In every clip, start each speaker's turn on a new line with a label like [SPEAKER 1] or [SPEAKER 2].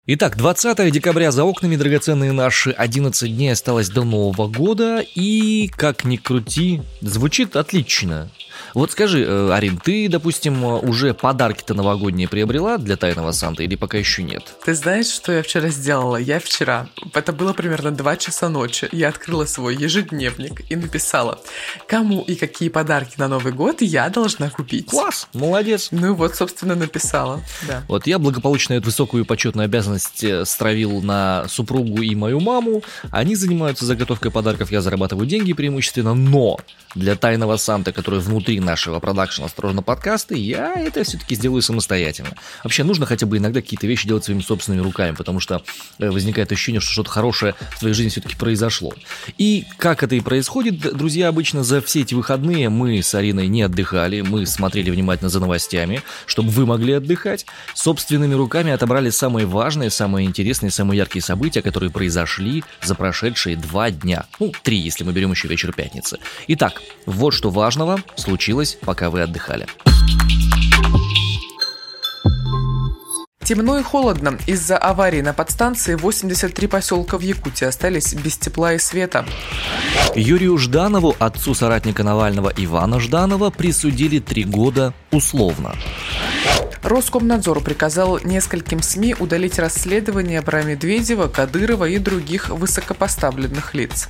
[SPEAKER 1] Итак, 20 декабря за окнами, драгоценные наши, 11 дней осталось до Нового года, и, как ни крути, звучит отлично. Вот скажи, Арин, ты, допустим, уже подарки-то новогодние приобрела для Тайного Санты или пока еще нет?
[SPEAKER 2] Ты знаешь, что я вчера сделала? Это было примерно 2 часа ночи, я открыла свой ежедневник и написала, кому и какие подарки на Новый год я должна купить.
[SPEAKER 1] Класс, молодец.
[SPEAKER 2] Ну вот, собственно, написала, да.
[SPEAKER 1] Вот я благополучно эту высокую и почетную обязанность стравил на супругу и мою маму. Они занимаются заготовкой подарков, я зарабатываю деньги преимущественно, но для Тайного Санты, который внутри нашего продакшена «Осторожно, подкасты», я это все-таки сделаю самостоятельно. Вообще нужно хотя бы иногда какие-то вещи делать своими собственными руками, потому что возникает ощущение, что что-то хорошее в твоей жизни все-таки произошло. И как это и происходит, друзья, обычно за все эти выходные мы с Ариной не отдыхали, мы смотрели внимательно за новостями, чтобы вы могли отдыхать, собственными руками отобрали самые важные, самые интересные, самые яркие события, которые произошли за прошедшие 2 дня. 3, если мы берем еще вечер пятницы. Итак, вот что важного случилось, пока вы отдыхали.
[SPEAKER 2] Темно и холодно. Из-за аварии на подстанции 83 поселка в Якутии остались без тепла и света.
[SPEAKER 1] Юрию Жданову, отцу соратника Навального Ивана Жданова, присудили 3 года условно.
[SPEAKER 2] Роскомнадзор приказал нескольким СМИ удалить расследования про Медведева, Кадырова и других высокопоставленных лиц.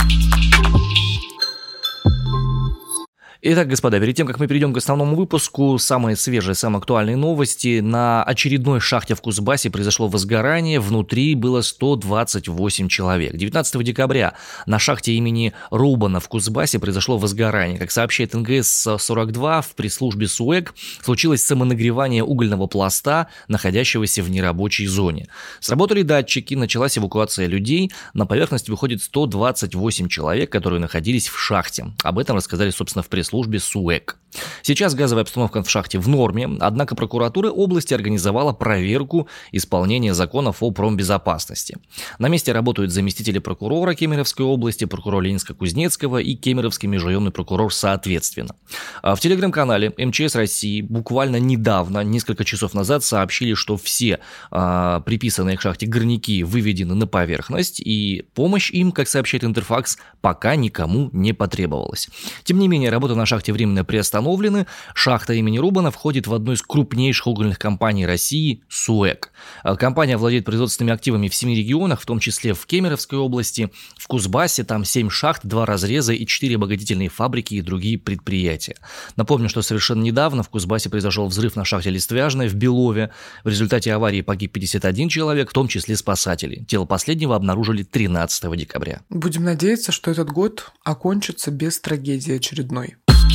[SPEAKER 1] Итак, господа, перед тем, как мы перейдем к основному выпуску, самые свежие, самые актуальные новости. На очередной шахте в Кузбассе произошло возгорание, внутри было 128 человек. 19 декабря на шахте имени Рубана в Кузбассе произошло возгорание. Как сообщает НГС-42, в пресс-службе СУЭК случилось самонагревание угольного пласта, находящегося в нерабочей зоне. Сработали датчики, началась эвакуация людей, на поверхность выходит 128 человек, которые находились в шахте. Об этом рассказали, собственно, в пресс-службе СУЭК. Сейчас газовая обстановка в шахте в норме, однако прокуратура области организовала проверку исполнения законов о промбезопасности. На месте работают заместители прокурора Кемеровской области, прокурор Ленинско-Кузнецкого и Кемеровский межрайонный прокурор соответственно. В телеграм-канале МЧС России буквально недавно, несколько часов назад, сообщили, что все приписанные к шахте горняки выведены на поверхность, и помощь им, как сообщает Интерфакс, пока никому не потребовалась. Тем не менее, работа на шахте временно приостановлены. Шахта имени Рубана входит в одну из крупнейших угольных компаний России – СУЭК. Компания владеет производственными активами в 7 регионах, в том числе в Кемеровской области, в Кузбассе, там 7 шахт, 2 разреза и 4 обогатительные фабрики и другие предприятия. Напомню, что совершенно недавно в Кузбассе произошел взрыв на шахте Листвяжной в Белове. В результате аварии погиб 51 человек, в том числе спасатели. Тело последнего обнаружили 13 декабря.
[SPEAKER 2] Будем надеяться, что этот год окончится без трагедии очередной.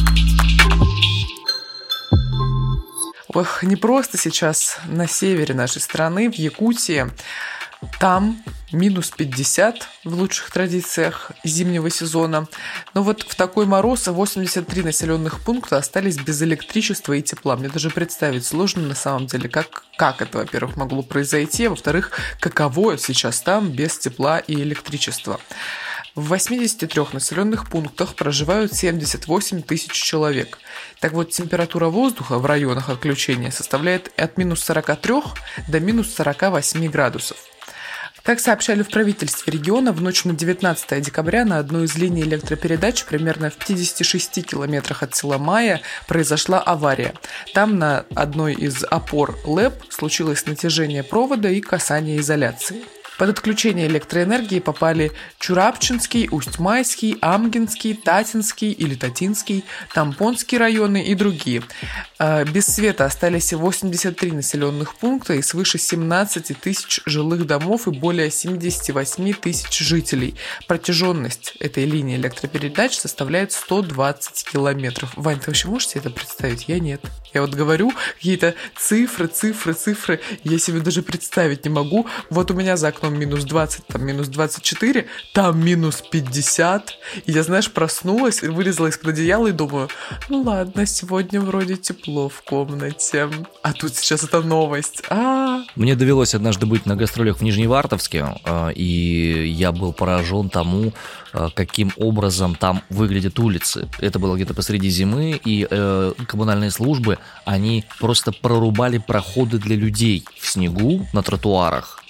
[SPEAKER 2] Ох, не просто сейчас на севере нашей страны, в Якутии. Там минус 50 в лучших традициях зимнего сезона. Но вот в такой мороз 83 населенных пункта остались без электричества и тепла. Мне даже представить сложно на самом деле, как это, во-первых, могло произойти, а во-вторых, каково сейчас там без тепла и электричества. В 83 населенных пунктах проживают 78 тысяч человек. Так вот, температура воздуха в районах отключения составляет от минус 43 до минус 48 градусов. Как сообщали в правительстве региона, в ночь на 19 декабря на одной из линий электропередач, примерно в 56 километрах от села Майя, произошла авария. Там на одной из опор ЛЭП случилось натяжение провода и касание изоляции. Под отключение электроэнергии попали Чурапчинский, Усть-Майский, Амгинский, Татинский или Татинский, Тампонский районы и другие. Без света остались 83 населенных пункта и свыше 17 тысяч жилых домов и более 78 тысяч жителей. Протяженность этой линии электропередач составляет 120 километров. Вань, ты вообще можешь себе это представить? Я нет. Я вот говорю какие-то цифры, я себе даже представить не могу. Вот у меня за окном минус 20, там минус 24, там минус 50. И я, знаешь, проснулась, вылезла из-под одеяла и думаю, ну ладно, сегодня вроде тепло в комнате. А тут сейчас это новость.
[SPEAKER 1] Мне довелось однажды быть на гастролях в Нижневартовске, и я был поражен тому, каким образом там выглядят улицы. Это было где-то посреди зимы, и коммунальные службы, они просто прорубали проходы для людей в снегу на тротуарах.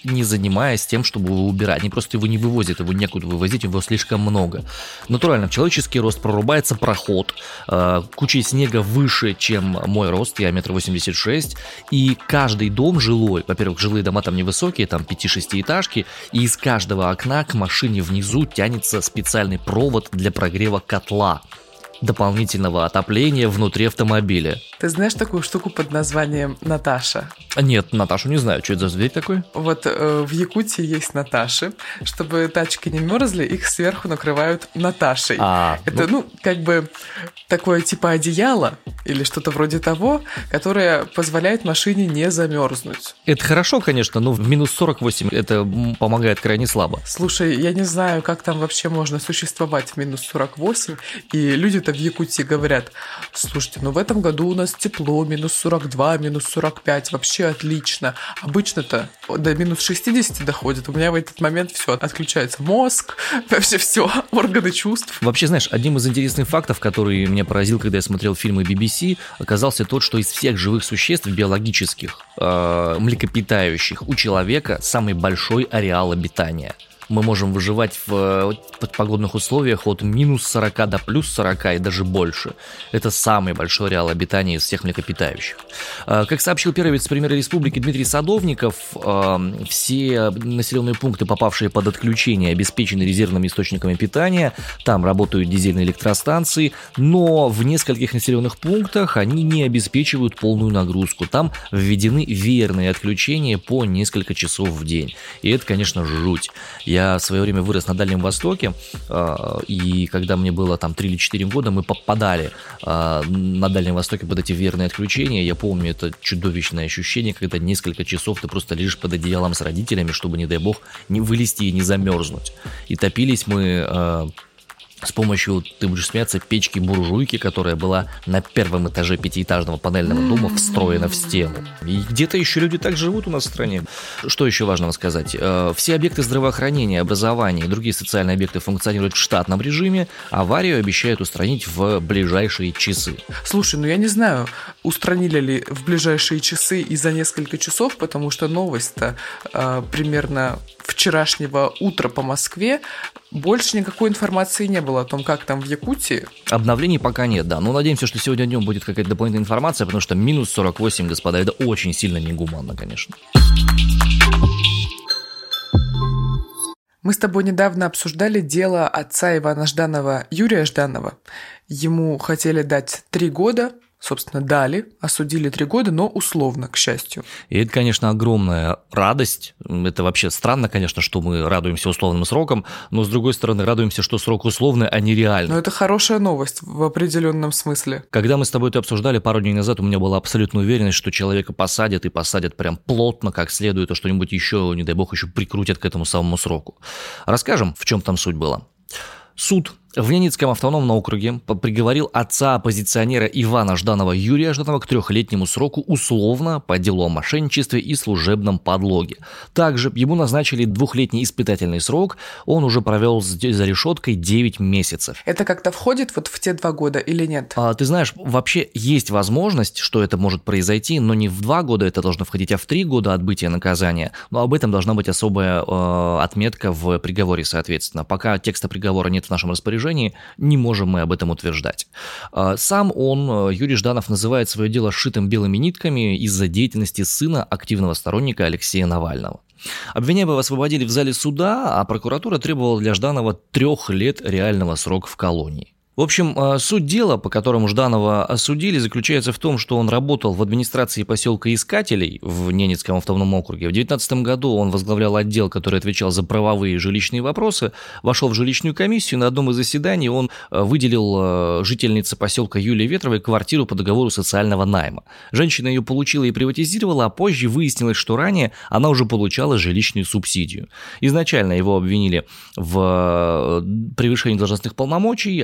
[SPEAKER 1] не занимаясь тем, чтобы его убирать. Они просто его не вывозят, его некуда вывозить, его слишком много. Натурально, в человеческий рост прорубается проход, кучей снега выше, чем мой рост, я 1,86 м, и каждый дом жилой, во-первых, жилые дома там невысокие, там 5-6-этажки, и из каждого окна к машине внизу тянется специальный провод для прогрева котла, дополнительного отопления внутри автомобиля.
[SPEAKER 2] Ты знаешь такую штуку под названием Наташа?
[SPEAKER 1] Нет, Наташу не знаю. Что это за зверь такой?
[SPEAKER 2] Вот в Якутии есть Наташи. Чтобы тачки не мерзли, их сверху накрывают Наташей. Это, как бы такое типа одеяло или что-то вроде того, которое позволяет машине не замерзнуть.
[SPEAKER 1] Это хорошо, конечно, но в минус 48 это помогает крайне слабо.
[SPEAKER 2] Слушай, я не знаю, как там вообще можно существовать в минус 48, и люди-то в Якутии говорят: слушайте, в этом году у нас тепло, минус 42, минус 45, вообще отлично. Обычно-то до минус 60 доходит. У меня в этот момент все, отключается мозг, вообще все, органы чувств.
[SPEAKER 1] Вообще, знаешь, одним из интересных фактов, который меня поразил, когда я смотрел фильмы BBC, оказался тот, что из всех живых существ биологических, млекопитающих, у человека самый большой ареал обитания. Мы можем выживать в погодных условиях от минус 40 до плюс 40 и даже больше. Это самый большой ареал обитания из всех млекопитающих. Как сообщил первый вице-премьер республики Дмитрий Садовников, все населенные пункты, попавшие под отключение, обеспечены резервными источниками питания. Там работают дизельные электростанции, но в нескольких населенных пунктах они не обеспечивают полную нагрузку. Там введены веерные отключения по несколько часов в день. И это, конечно, жуть. Я в свое время вырос на Дальнем Востоке, и когда мне было там 3 или 4 года, мы попадали на Дальнем Востоке под эти веерные отключения. Я помню это чудовищное ощущение, когда несколько часов ты просто лежишь под одеялом с родителями, чтобы, не дай бог, не вылезти и не замерзнуть. И топились мы с помощью, ты будешь смеяться, печки-буржуйки, которая была на первом этаже 5-этажного панельного дома встроена в стену. И где-то еще люди так живут у нас в стране. Что еще важного сказать? Все объекты здравоохранения, образования и другие социальные объекты функционируют в штатном режиме. Аварию обещают устранить в ближайшие часы.
[SPEAKER 2] Слушай, я не знаю, устранили ли в ближайшие часы и за несколько часов, потому что новость-то примерно вчерашнего утра по Москве. Больше никакой информации не было о том, как там в Якутии.
[SPEAKER 1] Обновлений пока нет, да. Но надеемся, что сегодня днем будет какая-то дополнительная информация, потому что минус 48, господа, это очень сильно негуманно, конечно.
[SPEAKER 2] Мы с тобой недавно обсуждали дело отца Ивана Жданова, Юрия Жданова. Ему хотели дать 3 года. Собственно, дали, осудили 3 года, но условно, к счастью.
[SPEAKER 1] И это, конечно, огромная радость. Это вообще странно, конечно, что мы радуемся условным срокам, но, с другой стороны, радуемся, что срок условный, а не реальный.
[SPEAKER 2] Но это хорошая новость в определенном смысле.
[SPEAKER 1] Когда мы с тобой это обсуждали пару дней назад, у меня была абсолютная уверенность, что человека посадят, и посадят прям плотно, как следует, а что-нибудь еще, не дай бог, еще прикрутят к этому самому сроку. Расскажем, в чем там суть была. Суд в Ненецком автономном округе приговорил отца оппозиционера Ивана Жданова Юрия Жданова к 3-летнему сроку условно по делу о мошенничестве и служебном подлоге. Также ему назначили 2-летний испытательный срок, он уже провел за решеткой 9 месяцев.
[SPEAKER 2] Это как-то входит вот в те 2 года или нет?
[SPEAKER 1] Ты знаешь, вообще есть возможность, что это может произойти, но не в 2 года это должно входить, а в 3 года отбытия наказания. Но об этом должна быть особая отметка в приговоре, соответственно. Пока текста приговора нет в нашем распоряжении, не можем мы об этом утверждать. Сам он, Юрий Жданов, называет свое дело сшитым белыми нитками из-за деятельности сына активного сторонника Алексея Навального. Обвиняемого освободили в зале суда, а прокуратура требовала для Жданова 3 лет реального срока в колонии. В общем, суть дела, по которому Жданова осудили, заключается в том, что он работал в администрации поселка Искателей в Ненецком автономном округе. В 2019 году он возглавлял отдел, который отвечал за правовые и жилищные вопросы, вошел в жилищную комиссию. На одном из заседаний он выделил жительнице поселка Юлии Ветровой квартиру по договору социального найма. Женщина ее получила и приватизировала, а позже выяснилось, что ранее она уже получала жилищную субсидию. Изначально его обвинили в превышении должностных полномочий, а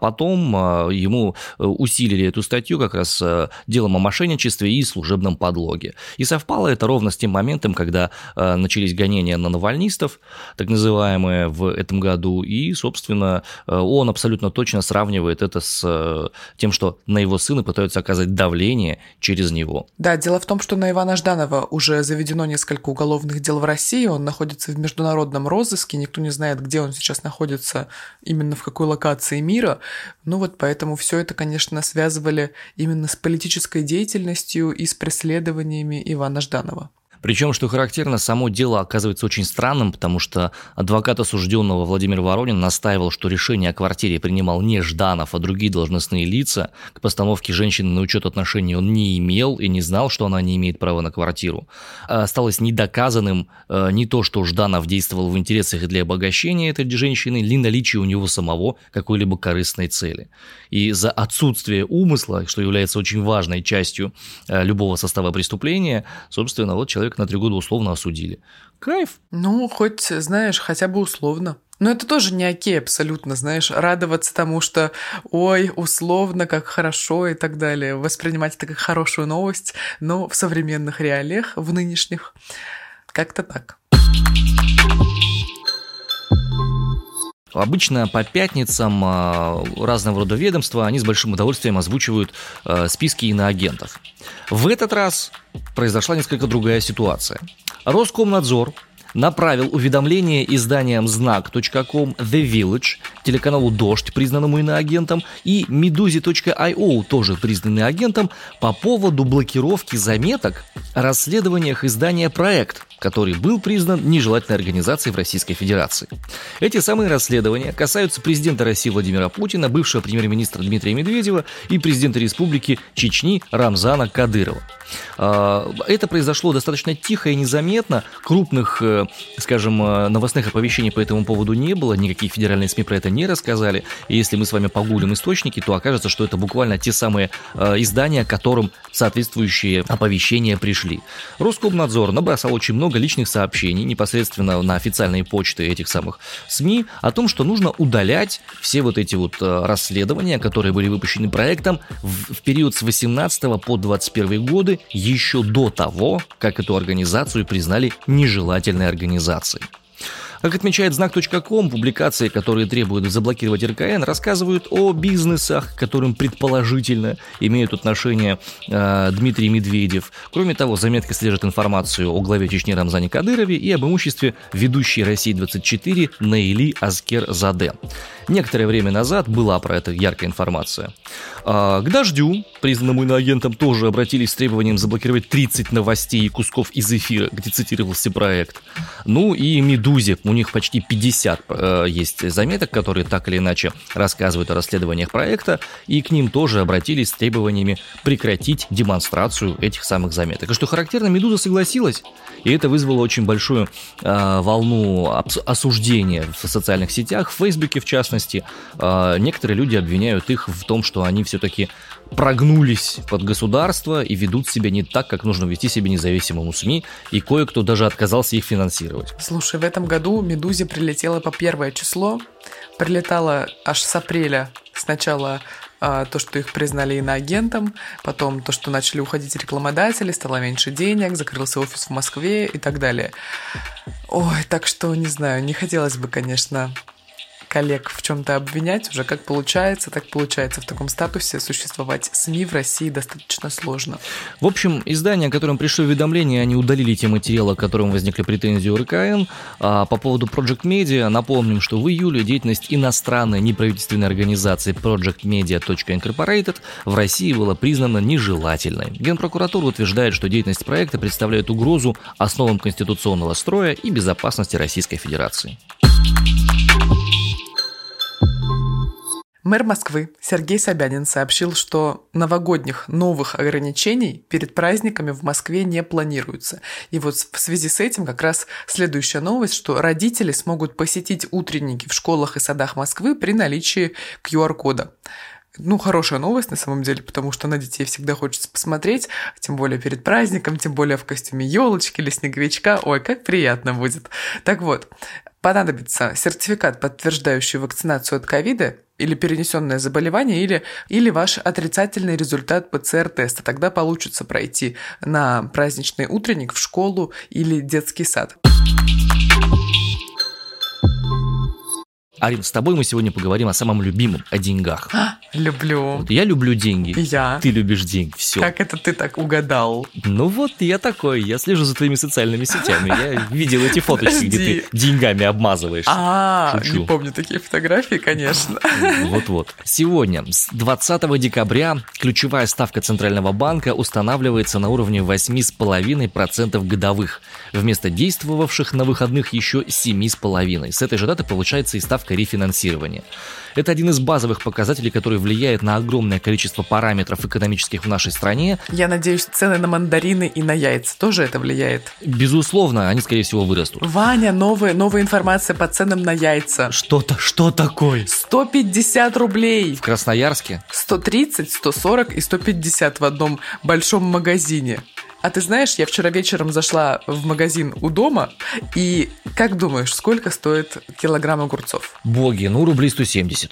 [SPEAKER 1] потом ему усилили эту статью как раз делом о мошенничестве и служебном подлоге. И совпало это ровно с тем моментом, когда начались гонения на навальнистов, так называемые, в этом году, и, собственно, он абсолютно точно сравнивает это с тем, что на его сына пытаются оказать давление через него.
[SPEAKER 2] Да, дело в том, что на Ивана Жданова уже заведено несколько уголовных дел в России, он находится в международном розыске, никто не знает, где он сейчас находится, именно в какой локации мира. Ну вот поэтому все это, конечно, связывали именно с политической деятельностью и с преследованиями Ивана Жданова.
[SPEAKER 1] Причем, что характерно, само дело оказывается очень странным, потому что адвокат осужденного Владимир Воронин настаивал, что решение о квартире принимал не Жданов, а другие должностные лица. К постановке женщины на учет отношений он не имел и не знал, что она не имеет права на квартиру. Осталось недоказанным не то, что Жданов действовал в интересах и для обогащения этой женщины, ни наличие у него самого какой-либо корыстной цели. И за отсутствие умысла, что является очень важной частью любого состава преступления, собственно, вот человек на 3 года условно осудили. Кайф.
[SPEAKER 2] Ну, хоть, знаешь, хотя бы условно. Но это тоже не окей абсолютно, знаешь, радоваться тому, что ой, условно, как хорошо и так далее, воспринимать это как хорошую новость, но в современных реалиях, в нынешних, как-то так.
[SPEAKER 1] Обычно по пятницам разного рода ведомства, они с большим удовольствием озвучивают списки иноагентов. В этот раз произошла несколько другая ситуация. Роскомнадзор направил уведомление изданиям знак.ком, The Village, телеканалу «Дождь», признанному иноагентом, и Meduza.io, тоже признанный агентом, по поводу блокировки заметок о расследованиях издания «Проект», который был признан нежелательной организацией в Российской Федерации. Эти самые расследования касаются президента России Владимира Путина, бывшего премьер-министра Дмитрия Медведева и президента Республики Чечни Рамзана Кадырова. Это произошло достаточно тихо и незаметно, крупных, скажем, новостных оповещений по этому поводу не было, никакие федеральные СМИ про это не рассказали, и если мы с вами погуглим источники, то окажется, что это буквально те самые издания, которым соответствующие оповещения пришли. Роскомнадзор набросал очень много личных сообщений непосредственно на официальные почты этих самых СМИ о том, что нужно удалять все вот эти вот расследования, которые были выпущены проектом в период с 18 по 21 годы, еще до того, как эту организацию признали нежелательной организацией. Как отмечает знак.ком, публикации, которые требуют заблокировать РКН, рассказывают о бизнесах, к которым предположительно имеют отношение Дмитрий Медведев. Кроме того, заметка содержит информацию о главе Чечни Рамзане Кадырове и об имуществе ведущей России-24 Наили Аскерзаде. Некоторое время назад была про это яркая информация. К «Дождю», признанному иноагентом, тоже обратились с требованием заблокировать 30 новостей и кусков из эфира, где цитировался проект. Ну и «Медузе», у них почти 50 есть заметок, которые так или иначе рассказывают о расследованиях проекта, и к ним тоже обратились с требованиями прекратить демонстрацию этих самых заметок. И что характерно, «Медуза» согласилась, и это вызвало очень большую волну осуждения в социальных сетях, в Фейсбуке в частности. Некоторые люди обвиняют их в том, что они все-таки прогнулись под государство и ведут себя не так, как нужно вести себя независимому СМИ, и кое-кто даже отказался их финансировать.
[SPEAKER 2] Слушай, в этом году «Медузе» прилетело по 1 число, прилетало аж с апреля сначала то, что их признали иноагентом, потом то, что начали уходить рекламодатели, стало меньше денег, закрылся офис в Москве и так далее. Ой, так что, не знаю, не хотелось бы, конечно, коллег в чем-то обвинять, уже как получается, так получается. В таком статусе существовать СМИ в России достаточно сложно.
[SPEAKER 1] В общем, издания, которым пришло уведомление, они удалили те материалы, к которым возникли претензии у РКН. А по поводу Project Media, напомним, что в июле деятельность иностранной неправительственной организации projectmedia.incorporated в России была признана нежелательной. Генпрокуратура утверждает, что деятельность проекта представляет угрозу основам конституционного строя и безопасности Российской Федерации.
[SPEAKER 2] Мэр Москвы Сергей Собянин сообщил, что новогодних новых ограничений перед праздниками в Москве не планируется. И вот в связи с этим как раз следующая новость, что родители смогут посетить утренники в школах и садах Москвы при наличии QR-кода. Ну, хорошая новость на самом деле, потому что на детей всегда хочется посмотреть, тем более перед праздником, тем более в костюме елочки или снеговичка. Ой, как приятно будет. Так вот, понадобится сертификат, подтверждающий вакцинацию от ковида, или перенесенное заболевание, или ваш отрицательный результат ПЦР-теста. Тогда получится пройти на праздничный утренник в школу или детский сад.
[SPEAKER 1] Арин, с тобой мы сегодня поговорим о самом любимом, о деньгах.
[SPEAKER 2] Люблю.
[SPEAKER 1] Вот я люблю деньги.
[SPEAKER 2] И я.
[SPEAKER 1] Ты любишь деньги, все.
[SPEAKER 2] Как это ты так угадал?
[SPEAKER 1] Ну вот, я такой, я слежу за твоими социальными сетями. Я видел эти фоточки, где ты деньгами обмазываешься.
[SPEAKER 2] Не помню такие фотографии, конечно.
[SPEAKER 1] Вот-вот. Сегодня, с 20 декабря, ключевая ставка Центрального банка устанавливается на уровне 8,5% годовых, вместо действовавших на выходных еще 7,5%. С этой же даты получается и ставка рефинансирования. Это один из базовых показателей, который влияет на огромное количество параметров экономических в нашей стране.
[SPEAKER 2] Я надеюсь, цены на мандарины и на яйца тоже это влияет?
[SPEAKER 1] Безусловно, они, скорее всего, вырастут.
[SPEAKER 2] Ваня, новая информация по ценам на яйца.
[SPEAKER 1] Что такое?
[SPEAKER 2] 150 рублей.
[SPEAKER 1] В Красноярске?
[SPEAKER 2] 130, 140 и 150 в одном большом магазине. А ты знаешь, я вчера вечером зашла в магазин у дома, и как думаешь, сколько стоит килограмм огурцов?
[SPEAKER 1] Боги, рублей 170.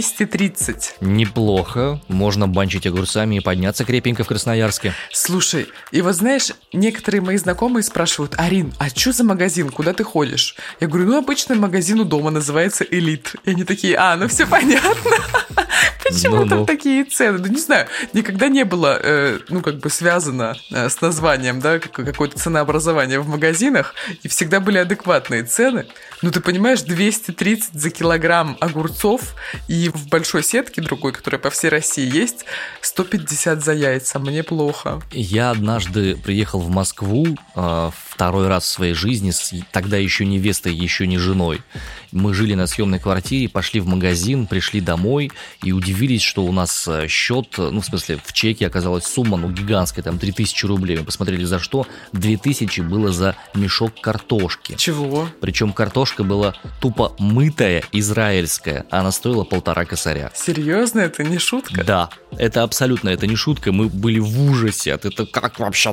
[SPEAKER 2] 230.
[SPEAKER 1] Неплохо. Можно банчить огурцами и подняться крепенько в Красноярске.
[SPEAKER 2] Слушай, и вот знаешь, некоторые мои знакомые спрашивают: Арин, а что за магазин, куда ты ходишь? Я говорю, обычный магазин у дома, называется «Элит». И они такие, все понятно. Почему там такие цены? Не знаю, никогда не было, связано с названием, да, какое-то ценообразование в магазинах, и всегда были адекватные цены. Ты понимаешь, 230 за килограмм огурцов, и в большой сетке другой, которая по всей России есть, 150 за яйца. Мне плохо.
[SPEAKER 1] Я однажды приехал в Москву второй раз в своей жизни с тогда еще невестой, еще не женой. Мы жили на съемной квартире, пошли в магазин, пришли домой и удивились, что у нас счет, в чеке оказалась сумма, гигантская, там 3000 рублей. Мы посмотрели за что. 2000 было за мешок картошки.
[SPEAKER 2] Чего?
[SPEAKER 1] Причем картошка была тупо мытая, израильская, а она стоила 1,5 косаря.
[SPEAKER 2] Серьезно? Это не шутка?
[SPEAKER 1] Да, это абсолютно, это не шутка. Мы были в ужасе от этого. Как вообще?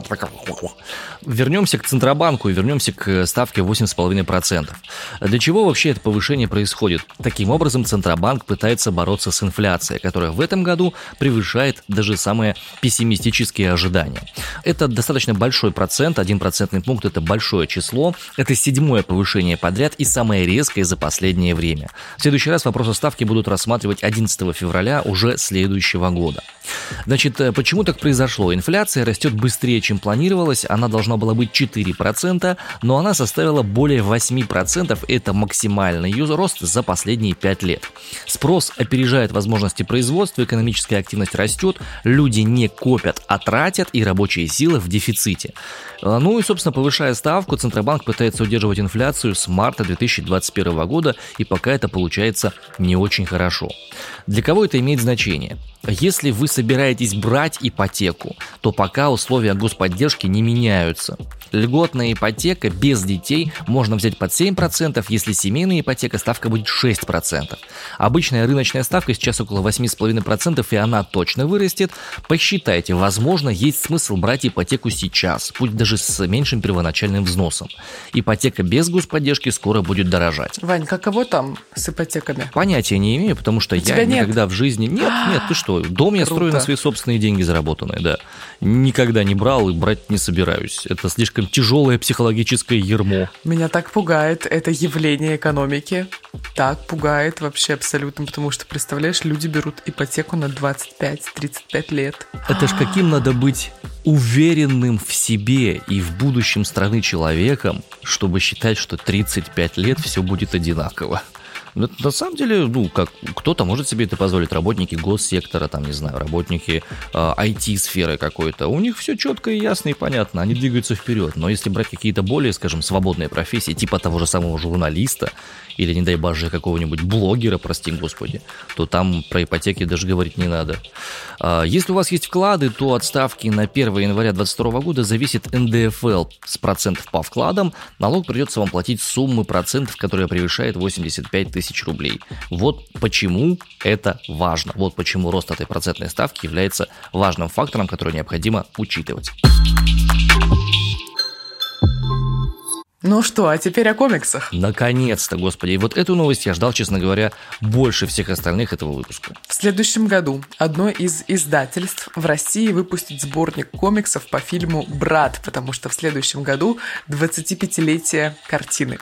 [SPEAKER 1] Вернемся к Центробанку и вернемся к ставке 8,5%. Для чего вообще это повышение происходит? Таким образом, Центробанк пытается бороться с инфляцией, которая в этом году превышает даже самые пессимистические ожидания. Это достаточно большой процент, 1 процентный пункт – это большое число. Это 7-е повышение подряд и самое резкое за последнее время. В следующий раз вопрос о ставке будут рассматривать 11 февраля уже следующего года. Значит, почему так произошло? Инфляция растет быстрее, чем планировалось. Она должна была быть 4%, но она составила более 8%. Это максимальный ее рост за последние 5 лет. Спрос опережает возможности производства, экономическая активность растет, люди не копят, а тратят, и рабочая сила в дефиците. Собственно, повышая ставку, Центробанк пытается удерживать инфляцию с марта 2021 года, и пока это получается не очень хорошо. Для кого это имеет значение? Если вы собираетесь брать ипотеку, то пока условия господдержки не меняются. Льготная ипотека без детей можно взять под 7%, если семейная ипотека, ставка будет 6%. Обычная рыночная ставка сейчас около 8,5%, и она точно вырастет. Посчитайте, возможно, есть смысл брать ипотеку сейчас, пусть даже с меньшим первоначальным взносом. Ипотека без господдержки скоро будет дорожать.
[SPEAKER 2] Вань, каково там с ипотеками?
[SPEAKER 1] Понятия не имею, потому что я никогда в жизни... Нет, ты что? Дом я строю на свои собственные деньги заработанные, да. Никогда не брал и брать не собираюсь. Это слишком тяжелое психологическое ярмо.
[SPEAKER 2] Меня так пугает это явление экономики. Так пугает вообще абсолютно, потому что, представляешь, люди берут ипотеку на 25-35 лет.
[SPEAKER 1] Это ж каким надо быть уверенным в себе и в будущем страны человеком, чтобы считать, что 35 лет все будет одинаково. На самом деле, кто-то может себе это позволить. Работники госсектора, работники IT-сферы какой-то. У них все четко и ясно и понятно, они двигаются вперед. Но если брать какие-то более, свободные профессии, типа того же самого журналиста, или, не дай боже, какого-нибудь блогера, прости господи, то там про ипотеки даже говорить не надо. Если у вас есть вклады, то от ставки на 1 января 2022 года зависит НДФЛ с процентов по вкладам. Налог придется вам платить суммы процентов, которая превышает 85 тысяч рублей. Вот почему это важно. Вот почему рост этой процентной ставки является важным фактором, который необходимо учитывать.
[SPEAKER 2] Ну что, а теперь о комиксах.
[SPEAKER 1] Наконец-то, господи. И вот эту новость я ждал, честно говоря, больше всех остальных этого выпуска.
[SPEAKER 2] В следующем году одно из издательств в России выпустит сборник комиксов по фильму «Брат», потому что в следующем году 25-летие картины.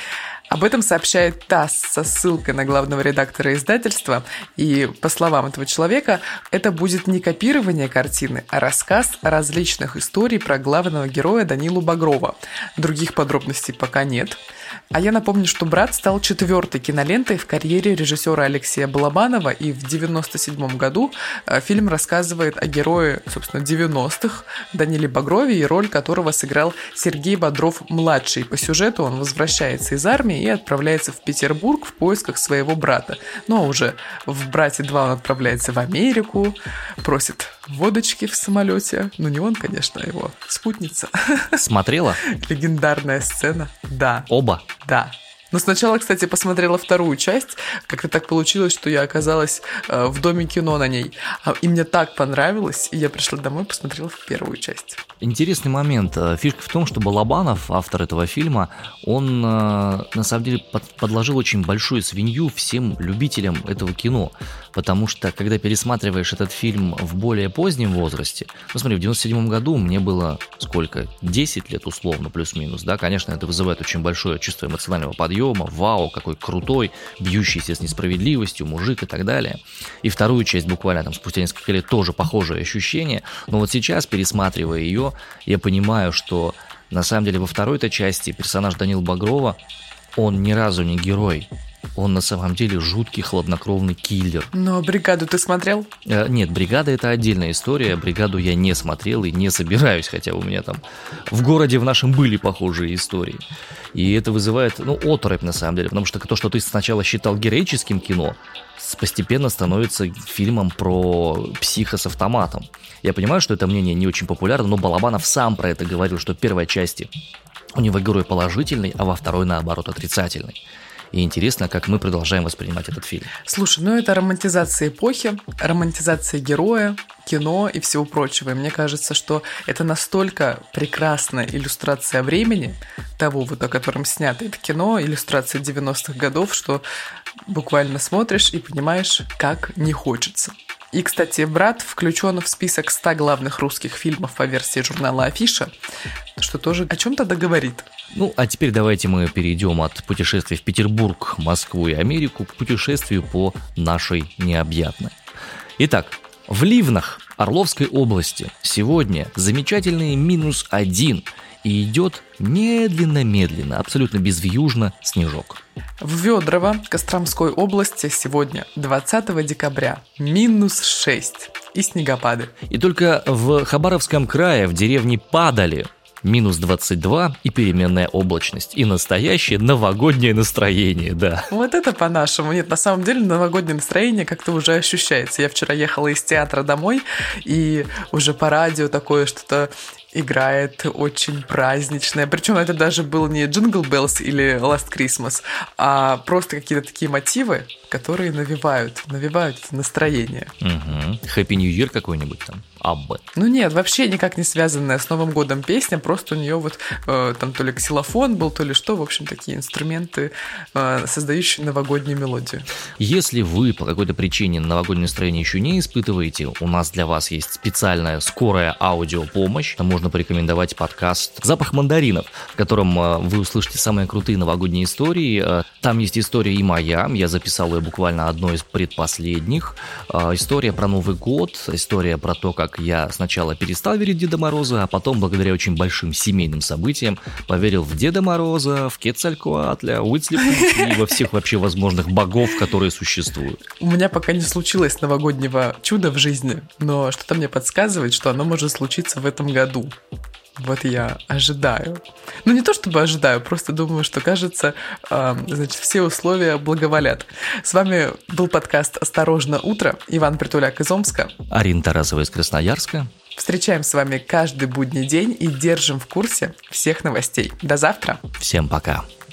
[SPEAKER 2] Об этом сообщает ТАСС со ссылкой на главного редактора издательства. И, по словам этого человека, это будет не копирование картины, а рассказ различных историй про главного героя Данилу Багрова. Других подробностей пока нет. А я напомню, что «Брат» стал 4-й кинолентой в карьере режиссера Алексея Балабанова, и в 1997 году фильм рассказывает о герое, собственно, 90-х, Даниле Багрове, и роль которого сыграл Сергей Бодров-младший. По сюжету он возвращается из армии и отправляется в Петербург в поисках своего брата. Ну а уже в «Брате 2» он отправляется в Америку, просит водочки в самолете. Ну не он, конечно, а его спутница.
[SPEAKER 1] Смотрела?
[SPEAKER 2] Легендарная сцена, да.
[SPEAKER 1] Оба?
[SPEAKER 2] Да. Но сначала, кстати, посмотрела вторую часть. Как-то так получилось, что я оказалась в Доме кино на ней. И мне так понравилось, и я пришла домой и посмотрела первую часть.
[SPEAKER 1] Интересный момент. Фишка в том, что Балабанов, автор этого фильма, он на самом деле подложил очень большую свинью всем любителям этого кино. Потому что, когда пересматриваешь этот фильм в более позднем возрасте, ну смотри, в 97 году мне было сколько? 10 лет условно, плюс-минус, да? Конечно, это вызывает очень большое чувство эмоционального подъема. Вау, какой крутой, бьющийся с несправедливостью мужик и так далее. И вторую часть буквально там спустя несколько лет тоже похожее ощущение. Но вот сейчас, пересматривая ее, я понимаю, что на самом деле во второй-то части персонаж Данила Багрова, он ни разу не герой. Он на самом деле жуткий, хладнокровный киллер.
[SPEAKER 2] Но «Бригаду» ты смотрел?
[SPEAKER 1] Нет, «Бригада» — это отдельная история. «Бригаду» я не смотрел и не собираюсь, хотя у меня там в городе в нашем были похожие истории. И это вызывает, оторопь на самом деле, потому что то, что ты сначала считал героическим кино, постепенно становится фильмом про психа с автоматом. Я понимаю, что это мнение не очень популярно, но Балабанов сам про это говорил, что в первой части у него герой положительный, а во второй, наоборот, отрицательный. И интересно, как мы продолжаем воспринимать этот фильм.
[SPEAKER 2] Слушай, это романтизация эпохи, романтизация героя, кино и всего прочего. И мне кажется, что это настолько прекрасная иллюстрация времени, того, о котором снято это кино, иллюстрация 90-х годов, что буквально смотришь и понимаешь, как не хочется. И, кстати, «Брат» включен в список 100 главных русских фильмов по версии журнала «Афиша», что тоже о чем-то договорит.
[SPEAKER 1] А теперь давайте мы перейдем от путешествий в Петербург, Москву и Америку к путешествию по нашей необъятной. Итак, в Ливнах Орловской области сегодня замечательные -1, и идет медленно-медленно, абсолютно безвьюжно снежок.
[SPEAKER 2] В Ведрово Костромской области сегодня, 20 декабря, -6 и снегопады.
[SPEAKER 1] И только в Хабаровском крае, в деревне Падали, -22 и переменная облачность. И настоящее новогоднее настроение, да.
[SPEAKER 2] Вот это по-нашему. Нет, на самом деле новогоднее настроение как-то уже ощущается. Я вчера ехала из театра домой, и уже по радио такое что-то играет очень праздничное. Причем это даже был не Jingle Bells или Last Christmas, а просто какие-то такие мотивы, которые навевают это настроение.
[SPEAKER 1] Угу. Happy New Year какой-нибудь там? Аббы.
[SPEAKER 2] Нет, вообще никак не связанная с Новым годом песня, просто у нее там то ли ксилофон был, то ли что, в общем, такие инструменты, создающие новогоднюю мелодию.
[SPEAKER 1] Если вы по какой-то причине новогоднее настроение еще не испытываете, у нас для вас есть специальная скорая аудиопомощь. Можно порекомендовать подкаст «Запах мандаринов», в котором вы услышите самые крутые новогодние истории. Там есть история и моя, я записал ее буквально одной из предпоследних. История про Новый год, история про то, как я сначала перестал верить в Деда Мороза, а потом, благодаря очень большим семейным событиям, поверил в Деда Мороза, в Кецалькоатля, Уитслипа и во всех вообще возможных богов, которые существуют.
[SPEAKER 2] У меня пока не случилось новогоднего чуда в жизни, но что-то мне подсказывает, что оно может случиться в этом году. Вот я ожидаю. Не то чтобы ожидаю, просто думаю, что, кажется, все условия благоволят. С вами был подкаст «Осторожно, утро». Иван Притуляк из Омска.
[SPEAKER 1] Арина Тарасова из Красноярска.
[SPEAKER 2] Встречаем с вами каждый будний день и держим в курсе всех новостей. До завтра.
[SPEAKER 1] Всем пока.